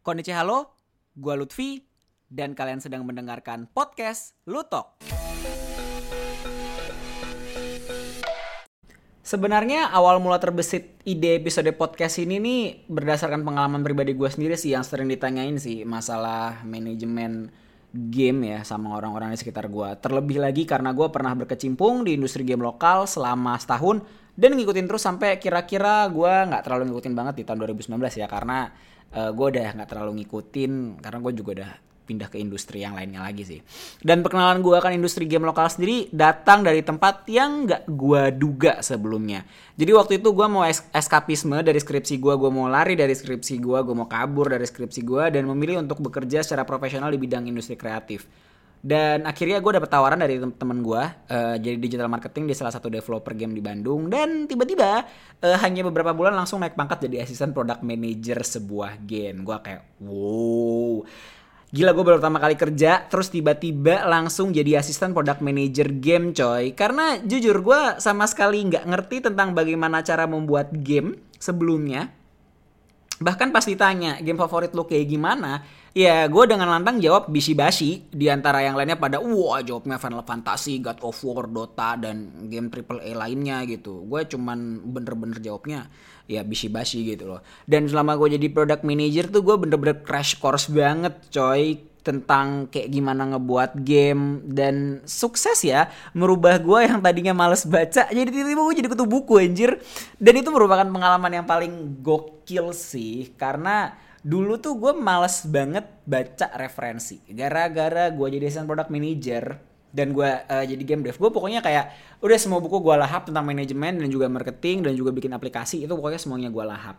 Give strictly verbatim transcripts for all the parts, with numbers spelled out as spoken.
Konnichiwa, halo, gue Lutfi, dan kalian sedang mendengarkan podcast Lutok. Sebenarnya awal mula terbesit ide episode podcast ini nih berdasarkan pengalaman pribadi gue sendiri sih yang sering ditanyain sih masalah manajemen game ya sama orang-orang di sekitar gue. Terlebih lagi karena gue pernah berkecimpung di industri game lokal selama setahun dan ngikutin terus sampai kira-kira gue nggak terlalu ngikutin banget di tahun dua ribu sembilan belas ya karena uh, gue udah nggak terlalu ngikutin karena gue juga udah pindah ke industri yang lainnya lagi sih. Dan perkenalan gue akan industri game lokal sendiri datang dari tempat yang gak gue duga sebelumnya. Jadi waktu itu gue mau es- eskapisme dari skripsi gue, gue mau lari dari skripsi gue, gue mau kabur dari skripsi gue dan memilih untuk bekerja secara profesional di bidang industri kreatif. Dan akhirnya gue dapet tawaran dari temen gue uh, jadi digital marketing di salah satu developer game di Bandung. Dan tiba-tiba uh, hanya beberapa bulan langsung naik pangkat jadi asisten product manager sebuah game. Gue kayak wow, gila, gue baru pertama kali kerja terus tiba-tiba langsung jadi asisten product manager game coy. Karena jujur gue sama sekali gak ngerti tentang bagaimana cara membuat game sebelumnya. Bahkan pas ditanya game favorit lo kayak gimana, ya gue dengan lantang jawab bishi-bashi. Di antara yang lainnya pada wah jawabnya Final Fantasy, God of War, Dota, dan game triple A lainnya gitu. Gue cuman bener-bener jawabnya ya bishi-bashi gitu loh. Dan selama gue jadi product manager tuh gue bener-bener crash course banget coy tentang kayak gimana ngebuat game dan sukses ya merubah gue yang tadinya males baca jadi tiba-tiba gue jadi kutu buku anjir. Dan itu merupakan pengalaman yang paling gokil sih karena dulu tuh gue males banget baca referensi gara-gara gue jadi asisten product manager dan gue uh, jadi game dev. Gue pokoknya kayak udah semua buku gue lahap tentang manajemen dan juga marketing dan juga bikin aplikasi, itu pokoknya semuanya gue lahap.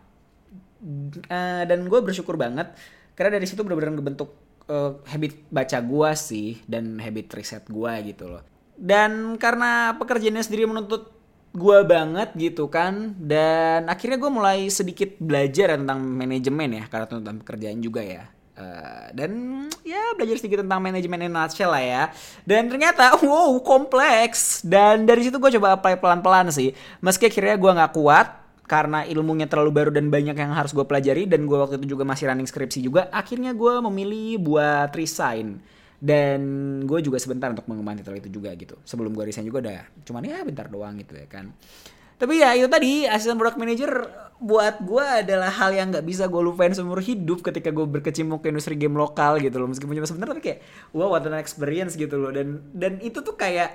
Uh, dan gue bersyukur banget karena dari situ benar-benar ngebentuk uh, habit baca gue sih dan habit riset gue gitu loh. Dan karena pekerjaannya sendiri menuntut gue banget gitu kan, dan akhirnya gue mulai sedikit belajar tentang manajemen ya karena tuntutan pekerjaan juga ya. Uh, dan ya belajar sedikit tentang manajemen in a nutshell lah ya. Dan ternyata wow kompleks. Dan dari situ gue coba apply pelan-pelan sih. Meski akhirnya gue gak kuat karena ilmunya terlalu baru dan banyak yang harus gue pelajari. Dan gue waktu itu juga masih running skripsi juga. Akhirnya gue memilih buat resign. Dan gue juga sebentar untuk mengembangkan titel itu juga gitu. Sebelum gue resign juga udah cuman ya bentar doang gitu ya kan. Tapi ya itu tadi, asisten product manager buat gue adalah hal yang gak bisa gue lupain seumur hidup ketika gue berkecimpung ke industri game lokal gitu loh. Meskipun cuma sebentar tapi kayak wow, what an experience gitu loh. Dan dan itu tuh kayak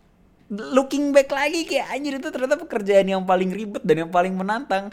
looking back lagi kayak anjir itu ternyata pekerjaan yang paling ribet dan yang paling menantang.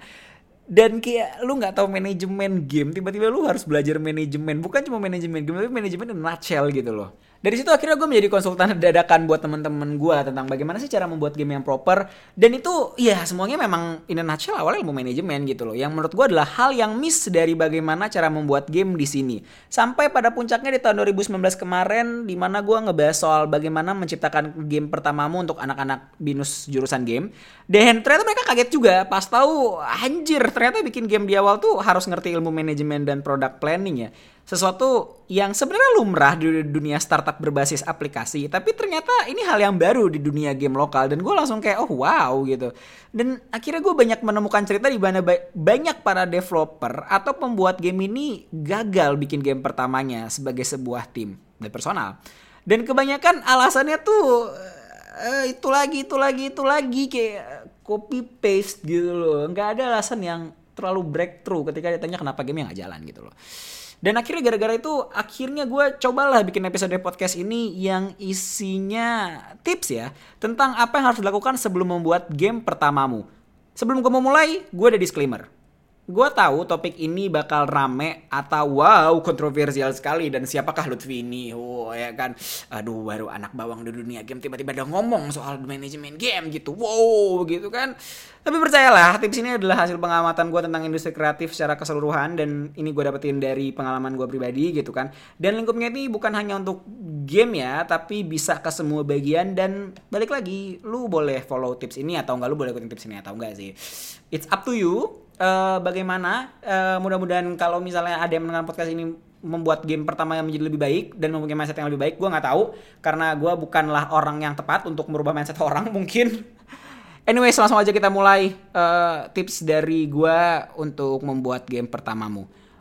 Dan kayak lu gak tahu manajemen game, tiba-tiba lu harus belajar manajemen. Bukan cuma manajemen game, tapi manajemen in a nutshell gitu loh. Dari situ akhirnya gue menjadi konsultan dadakan buat teman-teman gue tentang bagaimana sih cara membuat game yang proper. Dan itu ya semuanya memang in a nutshell awalnya ilmu manajemen gitu loh. Yang menurut gue adalah hal yang miss dari bagaimana cara membuat game di sini. Sampai pada puncaknya di tahun dua ribu sembilan belas kemarin, di mana gue ngebahas soal bagaimana menciptakan game pertamamu untuk anak-anak binus jurusan game. Dan ternyata mereka kaget juga pas tahu anjir ternyata bikin game di awal tuh harus ngerti ilmu manajemen dan product planning ya. Sesuatu yang sebenarnya lumrah di dunia startup berbasis aplikasi, tapi ternyata ini hal yang baru di dunia game lokal. Dan gue langsung kayak oh wow gitu. Dan akhirnya gue banyak menemukan cerita di mana banyak para developer atau pembuat game ini gagal bikin game pertamanya sebagai sebuah tim dan personal. Dan kebanyakan alasannya tuh uh, itu lagi, itu lagi, itu lagi kayak copy paste gitu loh. Nggak ada alasan yang terlalu breakthrough ketika ditanya kenapa game yang nggak jalan gitu loh. Dan akhirnya gara-gara itu akhirnya gue cobalah bikin episode podcast ini yang isinya tips ya tentang apa yang harus dilakukan sebelum membuat game pertamamu. Sebelum gue mau mulai, gue ada disclaimer. Gue tahu topik ini bakal rame atau wow kontroversial sekali dan siapakah Lutfi ini? Oh ya kan, aduh baru anak bawang di dunia game tiba-tiba udah ngomong soal manajemen game gitu, wow gitu kan. Tapi percayalah tips ini adalah hasil pengamatan gue tentang industri kreatif secara keseluruhan dan ini gue dapetin dari pengalaman gue pribadi gitu kan. Dan lingkupnya ini bukan hanya untuk game ya, tapi bisa ke semua bagian dan balik lagi, lu boleh follow tips ini atau enggak, lu boleh ikutin tips ini atau enggak sih. It's up to you. Uh, bagaimana uh, mudah-mudahan kalau misalnya ada yang mendengar podcast ini membuat game pertama yang menjadi lebih baik dan mempunyai mindset yang lebih baik, gue nggak tahu karena gue bukanlah orang yang tepat untuk merubah mindset orang mungkin. Anyway, langsung aja kita mulai uh, tips dari gue untuk membuat game pertamamu.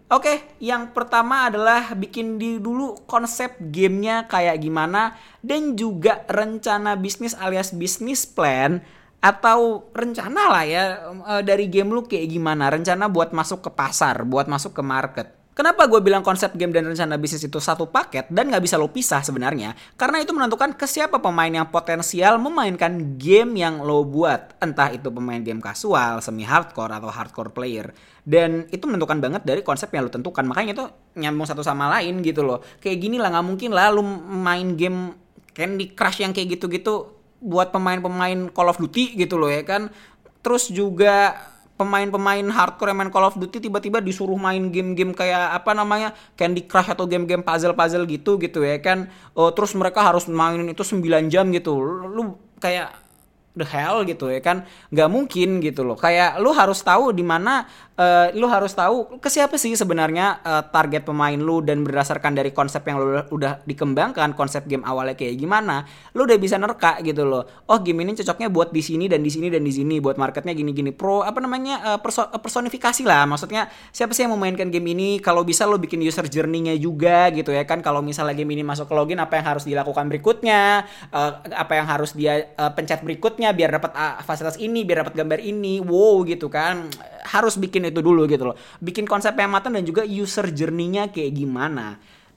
Oke, yang pertama adalah bikin di dulu konsep gamenya kayak gimana dan juga rencana bisnis alias bisnis plan atau rencana lah ya eh, dari game lu kayak gimana, rencana buat masuk ke pasar, buat masuk ke market. Kenapa gue bilang konsep game dan rencana bisnis itu satu paket dan nggak bisa lo pisah sebenarnya? Karena itu menentukan ke siapa pemain yang potensial memainkan game yang lo buat. Entah itu pemain game kasual, semi hardcore atau hardcore player. Dan itu menentukan banget dari konsep yang lo tentukan. Makanya itu nyambung satu sama lain gitu loh. Kayak gini lah, nggak mungkin lah lo main game Candy Crush yang kayak gitu-gitu buat pemain-pemain Call of Duty gitu loh ya kan. Terus juga pemain-pemain hardcore yang main Call of Duty tiba-tiba disuruh main game-game kayak apa namanya Candy Crush atau game-game puzzle-puzzle gitu gitu ya kan. Oh, terus mereka harus mainin itu sembilan jam gitu. Lu kayak the hell gitu ya kan, nggak mungkin gitu loh. Kayak lu harus tahu di mana uh, lu harus tahu ke siapa sih sebenarnya uh, target pemain lu, dan berdasarkan dari konsep yang lu udah dikembangkan, konsep game awalnya kayak gimana, lu udah bisa nerka gitu loh. Oh, game ini cocoknya buat di sini dan di sini dan di sini, buat marketnya gini-gini. Pro apa namanya uh, perso- personifikasi lah. Maksudnya siapa sih yang memainkan game ini? Kalau bisa lu bikin user journey-nya juga gitu ya kan. Kalau misalnya game ini masuk ke login, apa yang harus dilakukan berikutnya? Uh, apa yang harus dia uh, pencet berikutnya biar dapat uh, fasilitas ini, biar dapat gambar ini. Wow gitu kan. Harus bikin itu dulu gitu loh. Bikin konsep yang matang dan juga user journey-nya kayak gimana.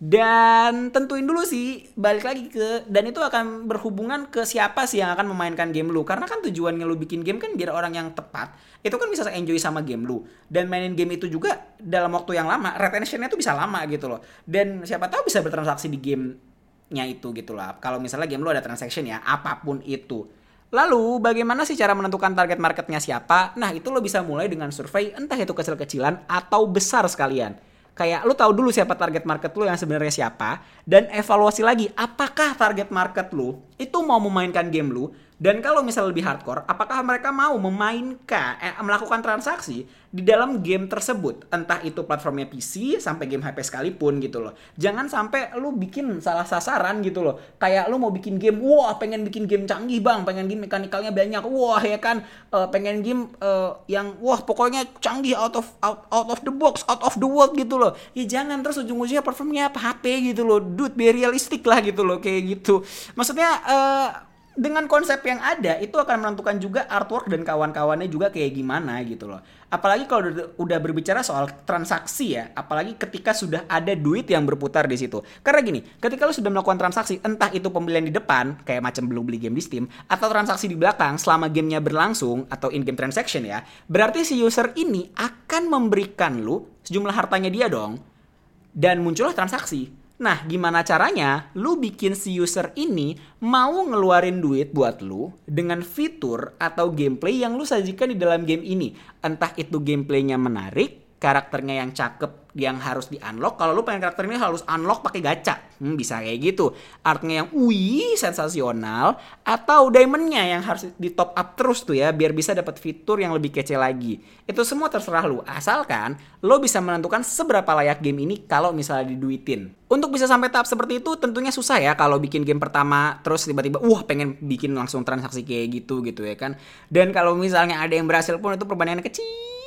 Dan tentuin dulu sih, balik lagi ke, dan itu akan berhubungan ke siapa sih yang akan memainkan game lu. Karena kan tujuannya lu bikin game kan biar orang yang tepat itu kan bisa enjoy sama game lu, dan mainin game itu juga dalam waktu yang lama, retentionnya tuh bisa lama gitu loh. Dan siapa tahu bisa bertransaksi di gamenya itu gitu lah. Kalau misalnya game lu ada transaction ya, apapun itu. Lalu bagaimana sih cara menentukan target marketnya siapa? Nah, itu lo bisa mulai dengan survei, entah itu kecil-kecilan atau besar sekalian. Kayak lu tahu dulu siapa target market lu yang sebenarnya siapa, dan evaluasi lagi apakah target market lu itu mau memainkan game lu, dan kalau misalnya lebih hardcore, apakah mereka mau memainkan eh, melakukan transaksi di dalam game tersebut, entah itu platformnya P C sampai game H P sekalipun gitu loh. Jangan sampai lu bikin salah sasaran gitu loh. Kayak lu mau bikin game, wah pengen bikin game canggih bang, pengen game mekanikalnya banyak, wah ya kan, uh, pengen game uh, yang wah pokoknya canggih, out of out, out of the box, out of the world gitu loh. Ya jangan terus ujung-ujungnya platformnya apa H P gitu loh. Dude, be realistic lah gitu loh, kayak gitu. Maksudnya uh, dengan konsep yang ada itu akan menentukan juga artwork dan kawan-kawannya juga kayak gimana gitu loh. Apalagi kalau udah berbicara soal transaksi ya, apalagi ketika sudah ada duit yang berputar di situ. Karena gini, ketika lu sudah melakukan transaksi, entah itu pembelian di depan kayak macam belum beli game di Steam, atau transaksi di belakang selama gamenya berlangsung atau in-game transaction ya, berarti si user ini akan memberikan lu sejumlah hartanya dia dong, dan muncullah transaksi. Nah, gimana caranya lu bikin si user ini mau ngeluarin duit buat lu dengan fitur atau gameplay yang lu sajikan di dalam game ini. Entah itu gameplaynya menarik, karakternya yang cakep yang harus di-unlock. Kalau lu pengen karakter ini harus unlock pakai gacha, hmm, bisa kayak gitu. Artnya yang wih sensasional, atau diamondnya yang harus di top up terus tuh ya, biar bisa dapat fitur yang lebih kece lagi. Itu semua terserah lu, asalkan lo bisa menentukan seberapa layak game ini kalau misalnya diduitin. Untuk bisa sampai tahap seperti itu tentunya susah ya kalau bikin game pertama terus tiba-tiba wah pengen bikin langsung transaksi kayak gitu gitu ya kan. Dan kalau misalnya ada yang berhasil pun itu perbandingannya kecil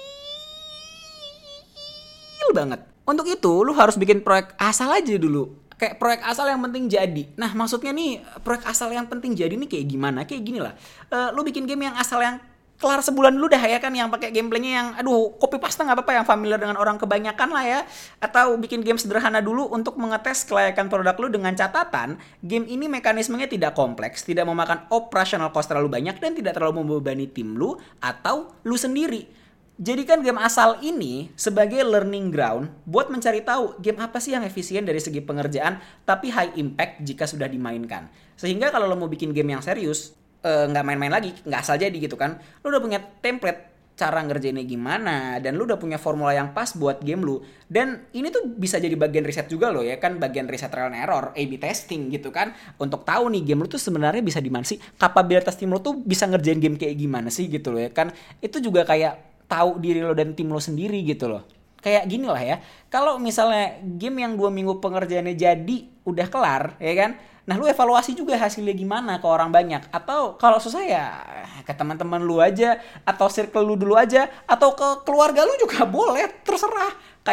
banget. Untuk itu lu harus bikin proyek asal aja dulu. Kayak proyek asal yang penting jadi. Nah, maksudnya nih proyek asal yang penting jadi nih kayak gimana? Kayak gini lah. Uh, lu bikin game yang asal yang kelar sebulan dulu dah ya kan, yang pakai gameplaynya yang aduh copy paste nggak apa-apa, yang familiar dengan orang kebanyakan lah ya. Atau bikin game sederhana dulu untuk mengetes kelayakan produk lu dengan catatan game ini mekanismenya tidak kompleks, tidak memakan operational cost terlalu banyak, dan tidak terlalu membebani tim lu atau lu sendiri. Jadikan game asal ini sebagai learning ground buat mencari tahu game apa sih yang efisien dari segi pengerjaan tapi high impact jika sudah dimainkan. Sehingga kalau lo mau bikin game yang serius, nggak uh, main-main lagi, nggak asal jadi gitu kan, lo udah punya template cara ngerjainnya gimana, dan lu udah punya formula yang pas buat game lu. Dan ini tuh bisa jadi bagian riset juga loh ya kan, bagian riset trial and error, A B testing gitu kan, untuk tahu nih game lu tuh sebenarnya bisa di mana sih, kapabilitas tim lu tuh bisa ngerjain game kayak gimana sih gitu loh ya kan. Itu juga kayak tahu diri lo dan tim lo sendiri gitu loh. Kayak gini lah ya, kalau misalnya game yang dua minggu pengerjaannya jadi udah kelar ya kan, nah lu evaluasi juga hasilnya gimana ke orang banyak, atau kalau susah ya ke teman-teman lu aja, atau circle lu dulu aja, atau ke keluarga lu juga boleh, terserah. Kayak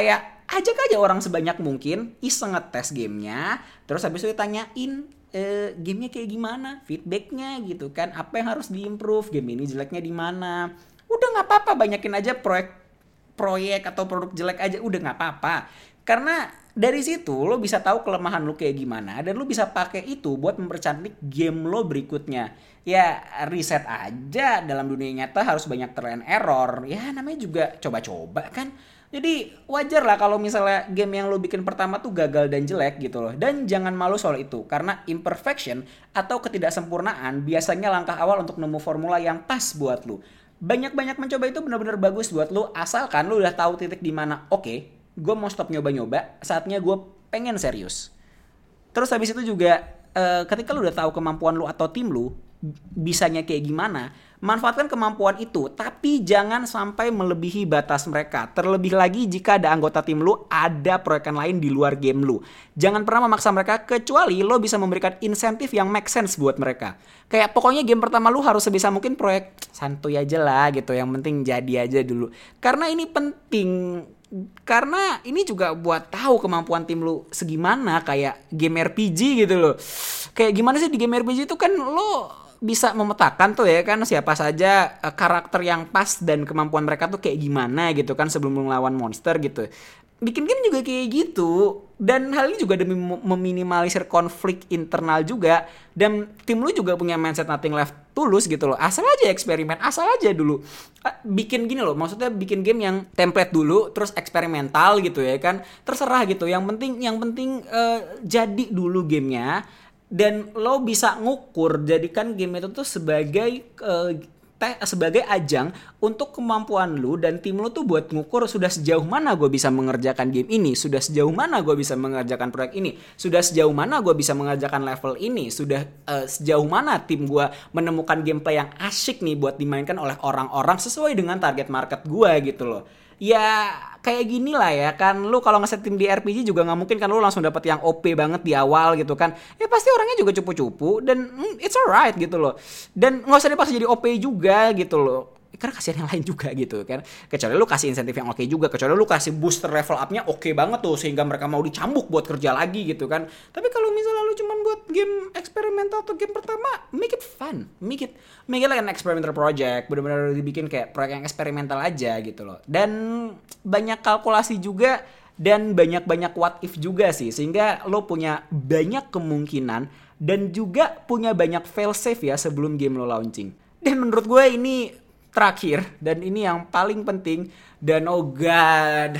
ajak aja orang sebanyak mungkin iseng ngetes gamenya, terus habis itu ditanyain e, gamenya kayak gimana, feedbacknya gitu kan, apa yang harus diimprove, game ini jeleknya di mana. Udah nggak apa-apa, banyakin aja proyek proyek atau produk jelek aja, udah nggak apa-apa. Karena dari situ lo bisa tahu kelemahan lo kayak gimana dan lo bisa pakai itu buat mempercantik game lo berikutnya. Ya riset aja, dalam dunia nyata harus banyak trial and error. Ya namanya juga coba-coba kan. Jadi wajar lah kalau misalnya game yang lo bikin pertama tuh gagal dan jelek gitu loh. Dan jangan malu soal itu, karena imperfection atau ketidaksempurnaan biasanya langkah awal untuk nemu formula yang pas buat lo. Banyak-banyak mencoba itu benar-benar bagus buat lo, asalkan lo udah tahu titik di mana. Oke, okay, gue mau stop nyoba-nyoba, saatnya gue pengen serius. Terus habis itu juga uh, ketika lo udah tahu kemampuan lo atau tim lo bisanya kayak gimana, manfaatkan kemampuan itu, tapi jangan sampai melebihi batas mereka. Terlebih lagi jika ada anggota tim lu ada proyekan lain di luar game lu. Jangan pernah memaksa mereka kecuali lo bisa memberikan insentif yang make sense buat mereka. Kayak pokoknya game pertama lu harus sebisa mungkin proyek santuy aja lah gitu, yang penting jadi aja dulu. Karena ini penting, karena ini juga buat tahu kemampuan tim lu segimana, kayak game R P G gitu loh. Kayak gimana sih di game R P G itu kan lo bisa memetakan tuh ya kan siapa saja uh, karakter yang pas dan kemampuan mereka tuh kayak gimana gitu kan sebelum melawan monster gitu. Bikin game juga kayak gitu, dan hal ini juga demi meminimalisir konflik internal juga, dan tim lu juga punya mindset nothing left to lose gitu loh. Asal aja eksperimen, asal aja dulu uh, bikin gini loh, maksudnya bikin game yang template dulu terus eksperimental gitu ya kan, terserah gitu. Yang penting yang penting uh, jadi dulu gamenya. Dan lo bisa ngukur, jadikan game itu tuh sebagai uh, te- sebagai ajang untuk kemampuan lo dan tim lo tuh buat ngukur sudah sejauh mana gue bisa mengerjakan game ini, sudah sejauh mana gue bisa mengerjakan proyek ini, sudah sejauh mana gue bisa mengerjakan level ini, sudah uh, sejauh mana tim gue menemukan gameplay yang asyik nih buat dimainkan oleh orang-orang sesuai dengan target market gue gitu loh. Ya kayak gini lah ya kan, lu kalau ngeset tim di R P G juga nggak mungkin kan lu langsung dapet yang O P banget di awal gitu kan. Ya pasti orangnya juga cupu-cupu dan mm, it's alright gitu loh. Dan nggak usah dipaksa jadi O P juga gitu loh, karena kasihan yang lain juga gitu kan. Kecuali lu kasih insentif yang oke juga, kecuali lu kasih booster level up-nya oke banget tuh sehingga mereka mau dicambuk buat kerja lagi gitu kan. Tapi kalau misalnya lu cuman buat game eksperimental atau game pertama, make it fun, make it make it like an experimental project, benar-benar dibikin kayak proyek yang eksperimental aja gitu loh. Dan banyak kalkulasi juga dan banyak-banyak what if juga sih, sehingga lo punya banyak kemungkinan dan juga punya banyak fail safe ya sebelum game lo launching. Dan menurut gue ini terakhir, dan ini yang paling penting, dan oh god,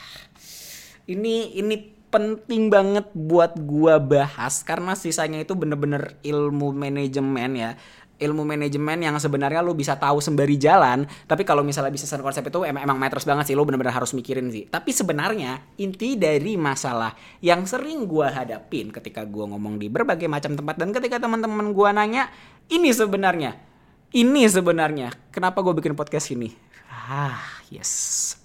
ini ini penting banget buat gua bahas karena sisanya itu bener-bener ilmu manajemen ya, ilmu manajemen yang sebenarnya lo bisa tahu sembari jalan, tapi kalau misalnya bisnis konsep itu emang, emang matters banget sih, lo bener-bener harus mikirin sih. Tapi sebenarnya inti dari masalah yang sering gua hadapin ketika gua ngomong di berbagai macam tempat dan ketika teman-teman gua nanya, ini sebenarnya Ini sebenarnya kenapa gue bikin podcast ini. Ah, yes.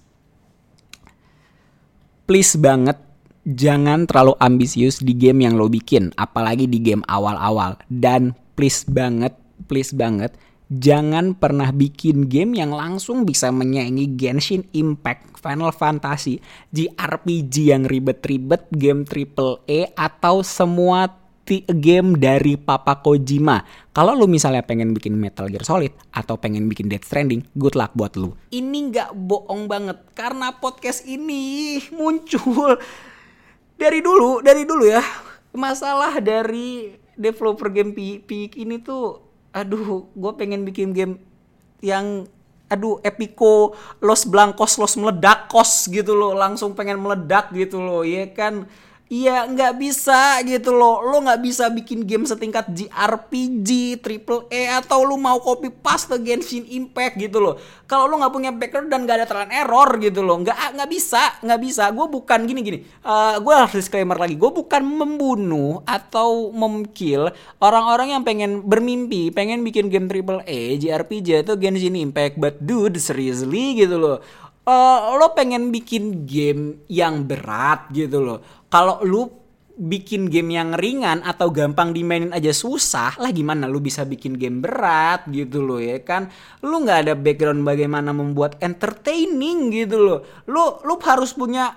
Please banget, jangan terlalu ambisius di game yang lo bikin, apalagi di game awal-awal. Dan please banget, please banget, jangan pernah bikin game yang langsung bisa menyaingi Genshin Impact, Final Fantasy, J R P G yang ribet-ribet, game triple A, atau semua game dari Papa Kojima. Kalau lu misalnya pengen bikin Metal Gear Solid atau pengen bikin Death Stranding, good luck buat lu. Ini gak bohong banget, karena podcast ini muncul dari dulu, dari dulu ya. Masalah dari developer game P P ini tuh, aduh, gue pengen bikin game yang aduh epiko Los Blancos Los Meledakos gitu loh, langsung pengen meledak gitu loh, ya kan. Iya nggak bisa gitu loh, lo nggak bisa bikin game setingkat J R P G, triple A, atau lo mau copy paste Genshin Impact gitu loh. Kalau lo nggak punya background dan nggak ada trial and error gitu loh, nggak nggak bisa, nggak bisa. Gue bukan gini gini, uh, gue harus disclaimer lagi, gue bukan membunuh atau memkill orang-orang yang pengen bermimpi, pengen bikin game triple A, J R P G atau Genshin Impact, but dude seriously gitu loh. Uh, lo pengen bikin game yang berat gitu loh. Kalau lu bikin game yang ringan atau gampang dimainin aja susah, lah gimana lu bisa bikin game berat gitu loh ya kan. Lu gak ada background bagaimana membuat entertaining gitu loh. Lu, lu harus punya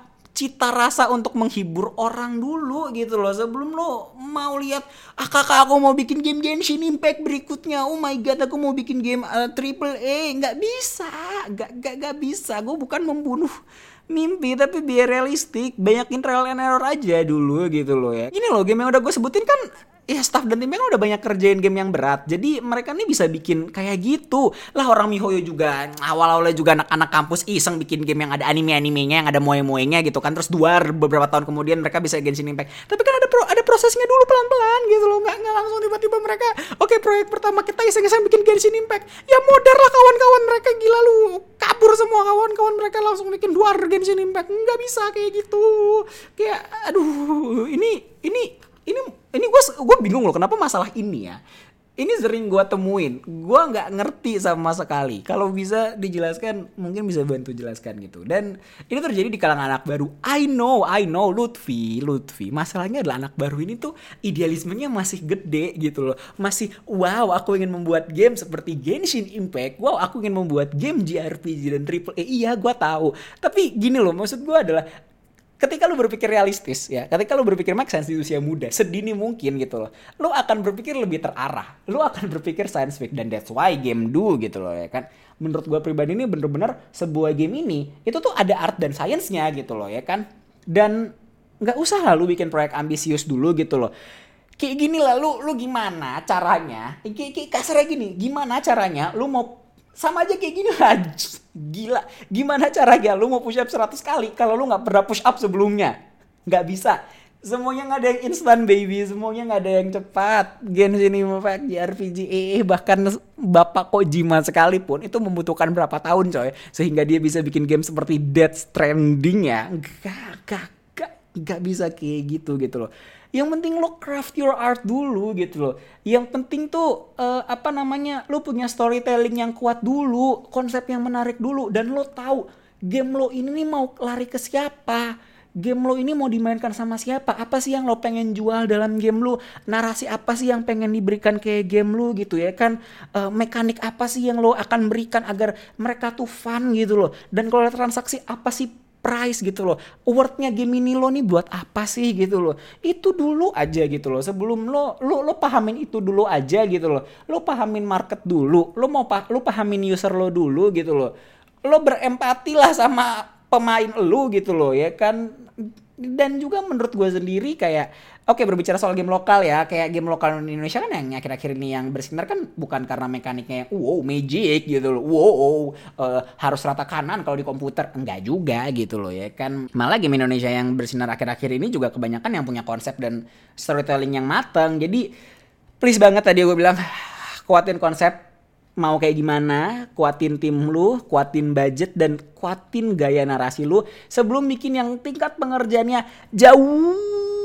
cita rasa untuk menghibur orang dulu gitu loh, sebelum lo mau lihat ah kakak aku mau bikin game Genshin Impact berikutnya, oh my god aku mau bikin game uh, triple A. Nggak bisa, nggak nggak nggak bisa. Gue bukan membunuh mimpi, tapi biar realistik, banyakin trial and error aja dulu gitu loh ya. Gini loh, game yang udah gue sebutin kan ya staff dan timnya kan udah banyak kerjain game yang berat, jadi mereka nih bisa bikin kayak gitu lah. Orang MiHoYo juga awal-awalnya juga anak-anak kampus iseng bikin game yang ada anime-animenya, yang ada moe-moenya gitu kan, terus dua beberapa tahun kemudian mereka bisa Genshin Impact. Tapi kan ada pro, ada prosesnya dulu pelan-pelan gitu loh, nggak nggak langsung tiba-tiba mereka oke okay, proyek pertama kita iseng-iseng bikin Genshin Impact, ya modar lah kawan-kawan mereka, gila lu, kabur semua kawan-kawan mereka langsung bikin dua Genshin Impact. Nggak bisa kayak gitu, kayak aduh ini ini ini ini gue gue bingung loh kenapa masalah ini ya. Ini sering gue temuin, gue nggak ngerti sama sekali. Kalau bisa dijelaskan, mungkin bisa bantu jelaskan gitu. Dan ini terjadi di kalangan anak baru. I know, I know, Lutfi, Lutfi. Masalahnya adalah anak baru ini tuh idealismenya masih gede gitu loh. Masih, wow, aku ingin membuat game seperti Genshin Impact. Wow, aku ingin membuat game J R P G dan triple A. Iya, gue tahu. Tapi gini loh, maksud gue adalah ketika lu berpikir realistis ya, ketika lu berpikir make sense di usia muda, sedini mungkin gitu loh, lu akan berpikir lebih terarah, lu akan berpikir science fiction, dan that's why game do gitu loh ya kan. Menurut gue pribadi ini bener-bener sebuah game ini itu tuh ada art dan science-nya gitu loh ya kan. Dan nggak usah lah lu bikin proyek ambisius dulu gitu loh. Kayak gini lah, lu lu gimana caranya? Kayak, kayak kasarnya gini, gimana caranya lu mau sama aja kayak gini lah, gila. Gimana caranya lu mau push up seratus kali kalau lu gak pernah push up sebelumnya? Gak bisa. Semuanya gak ada yang instan baby, semuanya gak ada yang cepat. Genshin Impact, J R P G, eh bahkan Bapak Kojima sekalipun itu membutuhkan berapa tahun coy, sehingga dia bisa bikin game seperti Death Stranding ya. Gak, gak, gak, gak bisa kayak gitu gitu loh. Yang penting lo craft your art dulu gitu loh. Yang penting tuh uh, apa namanya, lo punya storytelling yang kuat dulu, konsep yang menarik dulu, dan lo tahu game lo ini nih mau lari ke siapa, game lo ini mau dimainkan sama siapa, apa sih yang lo pengen jual dalam game lo, narasi apa sih yang pengen diberikan ke game lo gitu ya kan, uh, mekanik apa sih yang lo akan berikan agar mereka tuh fun gitu loh, dan kalau ada transaksi apa sih price gitu loh, awardnya game ini lo nih buat apa sih gitu loh. Itu dulu aja gitu loh, sebelum lo lo lo pahamin itu dulu aja gitu loh. Lo pahamin market dulu, lo mau pa, lo pahamin user lo dulu gitu loh. Lo berempati lah sama pemain lo gitu loh ya kan. Dan juga menurut gue sendiri kayak oke okay, berbicara soal game lokal ya, kayak game lokal Indonesia kan yang akhir-akhir ini yang bersinar kan bukan karena mekaniknya yang wow magic gitu loh, wow uh, harus rata kanan kalau di komputer, enggak juga gitu loh ya kan. Malah game Indonesia yang bersinar akhir-akhir ini juga kebanyakan yang punya konsep dan storytelling yang matang. Jadi please banget tadi gue bilang, kuatin konsep, mau kayak gimana, kuatin tim lu, kuatin budget, dan kuatin gaya narasi lu sebelum bikin yang tingkat pengerjaannya jauh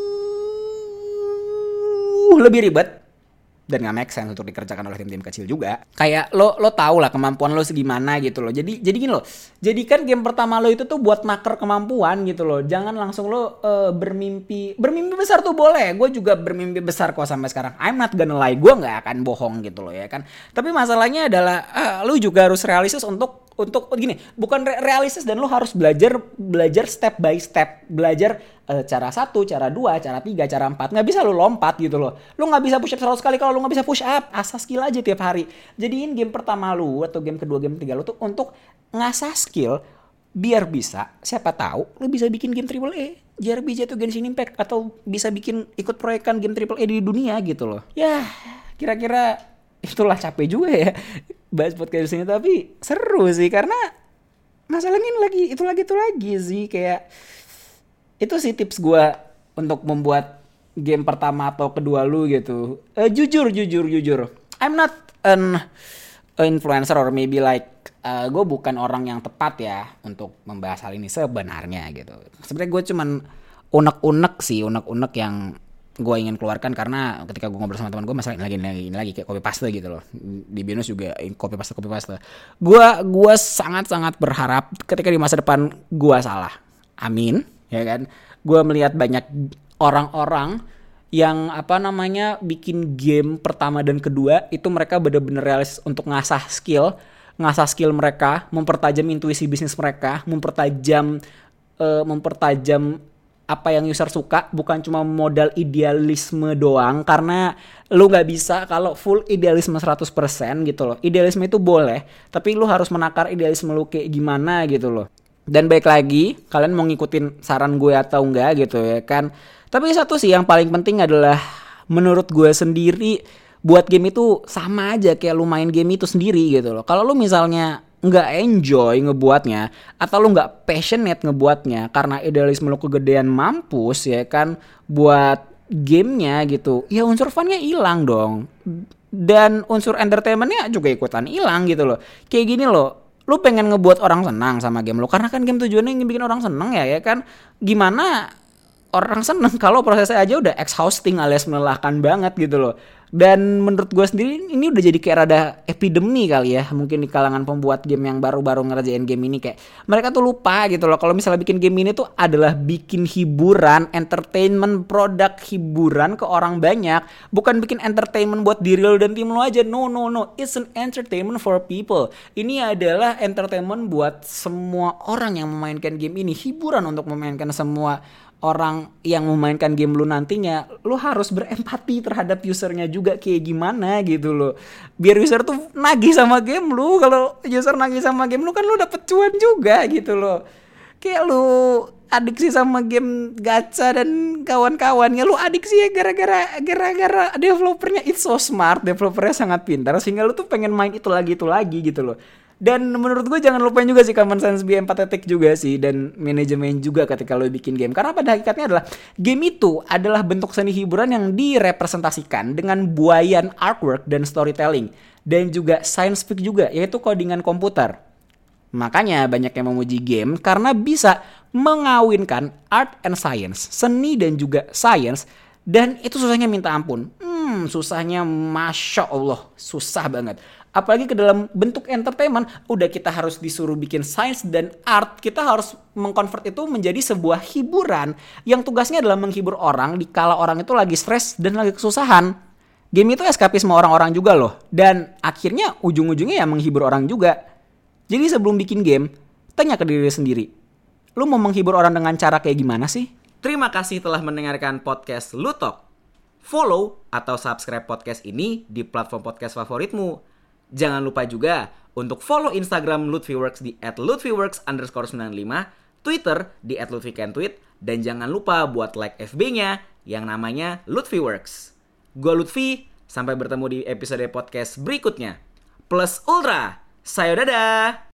lebih ribet dan gak make sense untuk dikerjakan oleh tim-tim kecil juga. Kayak lo lo tau lah kemampuan lo segimana gitu loh. Jadi jadi gini loh, jadikan game pertama lo itu tuh buat naker kemampuan gitu loh. Jangan langsung lo uh, bermimpi bermimpi besar tuh boleh. Gue juga bermimpi besar kok sampai sekarang. I'm not gonna lie, gue nggak akan bohong gitu loh ya kan. Tapi masalahnya adalah uh, lo juga harus realistis untuk untuk gini, bukan re- realistis dan lo harus belajar belajar step by step, belajar uh, cara satu, cara dua, cara tiga, cara empat. Nggak bisa lo lompat gitu loh. Lo nggak bisa push up seratus kali kalau lo nggak bisa push up. Asah skill aja tiap hari. Jadiin game pertama lo atau game kedua, game ketiga lo tuh untuk ngasah skill biar bisa, siapa tahu lo bisa bikin game triple A, J R P G atau Genshin Impact, atau bisa bikin ikut proyekan game triple A di dunia gitu loh. Ya, kira-kira itulah, capek juga ya bahas podcast ini, tapi seru sih karena masalahnya ini lagi itu lagi itu lagi sih, kayak itu sih tips gue untuk membuat game pertama atau kedua lu gitu. Uh, jujur jujur jujur, I'm not an influencer or maybe like uh, gue bukan orang yang tepat ya untuk membahas hal ini sebenarnya gitu. Sebenarnya gue cuman unek-unek sih, unek-unek yang gue ingin keluarkan karena ketika gue ngobrol sama teman gue masalah ini lagi ini lagi ini lagi kayak copy paste gitu loh. Di Binus juga copy paste copy paste. Gue gue sangat-sangat berharap ketika di masa depan gue salah. Amin, ya kan? Gue melihat banyak orang-orang yang apa namanya bikin game pertama dan kedua itu mereka benar-benar realistis untuk ngasah skill, ngasah skill mereka, mempertajam intuisi bisnis mereka, mempertajam uh, mempertajam apa yang user suka, bukan cuma modal idealisme doang, karena lu nggak bisa kalau full idealisme seratus persen gitu loh. Idealisme itu boleh, tapi lu harus menakar idealisme lu kayak gimana gitu loh. Dan baik lagi, kalian mau ngikutin saran gue atau enggak gitu ya kan. Tapi satu sih yang paling penting adalah menurut gue sendiri, buat game itu sama aja kayak lu main game itu sendiri gitu loh. Kalau lu misalnya nggak enjoy ngebuatnya, atau lu nggak passionate ngebuatnya karena idealisme lu kegedean mampus ya kan buat gamenya gitu, ya unsur funnya hilang dong, dan unsur entertainmentnya juga ikutan hilang gitu loh. Kayak gini loh, lu pengen ngebuat orang senang sama game lu, karena kan game tujuannya ingin bikin orang senang ya ya kan. Gimana orang seneng kalau prosesnya aja udah exhausting alias melelahkan banget gitu loh. Dan menurut gue sendiri ini udah jadi kayak rada epidemi kali ya, mungkin di kalangan pembuat game yang baru-baru ngerjain game ini. Kayak mereka tuh lupa gitu loh kalau misalnya bikin game ini tuh adalah bikin hiburan, entertainment, produk hiburan ke orang banyak, bukan bikin entertainment buat diri lo dan tim lo aja. No no no, it's an entertainment for people. Ini adalah entertainment buat semua orang yang memainkan game ini, hiburan untuk memainkan semua orang yang memainkan game lu nantinya. Lu harus berempati terhadap usernya juga kayak gimana gitu loh, biar user tuh nagih sama game lu. Kalau user nagih sama game lu kan lu dapet cuan juga gitu loh. Kayak lu adiksi sama game gacha dan kawan-kawannya, lu adiksi ya gara-gara gara-gara developernya it's so smart, developernya sangat pintar sehingga lu tuh pengen main itu lagi itu lagi gitu loh. Dan menurut gue jangan lupain juga sih common sense, be empathetic juga sih, dan manajemen juga ketika lo bikin game. Karena pada hakikatnya adalah game itu adalah bentuk seni hiburan yang direpresentasikan dengan buayan artwork dan storytelling, dan juga science fiction juga, yaitu codingan komputer. Makanya banyak yang memuji game karena bisa mengawinkan art and science, seni dan juga science, dan itu susahnya minta ampun. Hmm, susahnya Masya Allah, susah banget. Apalagi ke dalam bentuk entertainment, udah kita harus disuruh bikin science dan art, kita harus mengkonvert itu menjadi sebuah hiburan yang tugasnya adalah menghibur orang di kala orang itu lagi stres dan lagi kesusahan. Game itu eskapisme orang-orang juga loh, dan akhirnya ujung-ujungnya ya menghibur orang juga. Jadi sebelum bikin game, tanya ke diri sendiri, lu mau menghibur orang dengan cara kayak gimana sih? Terima kasih telah mendengarkan podcast Lutok. Follow atau subscribe podcast ini di platform podcast favoritmu. Jangan lupa juga untuk follow Instagram Lutfiworks di at lutfiworks underscore sembilan lima, Twitter di at lutfikentweet, dan jangan lupa buat like F B-nya yang namanya Lutfiworks. Gua Lutfi, sampai bertemu di episode podcast berikutnya. Plus Ultra, sayo dadah!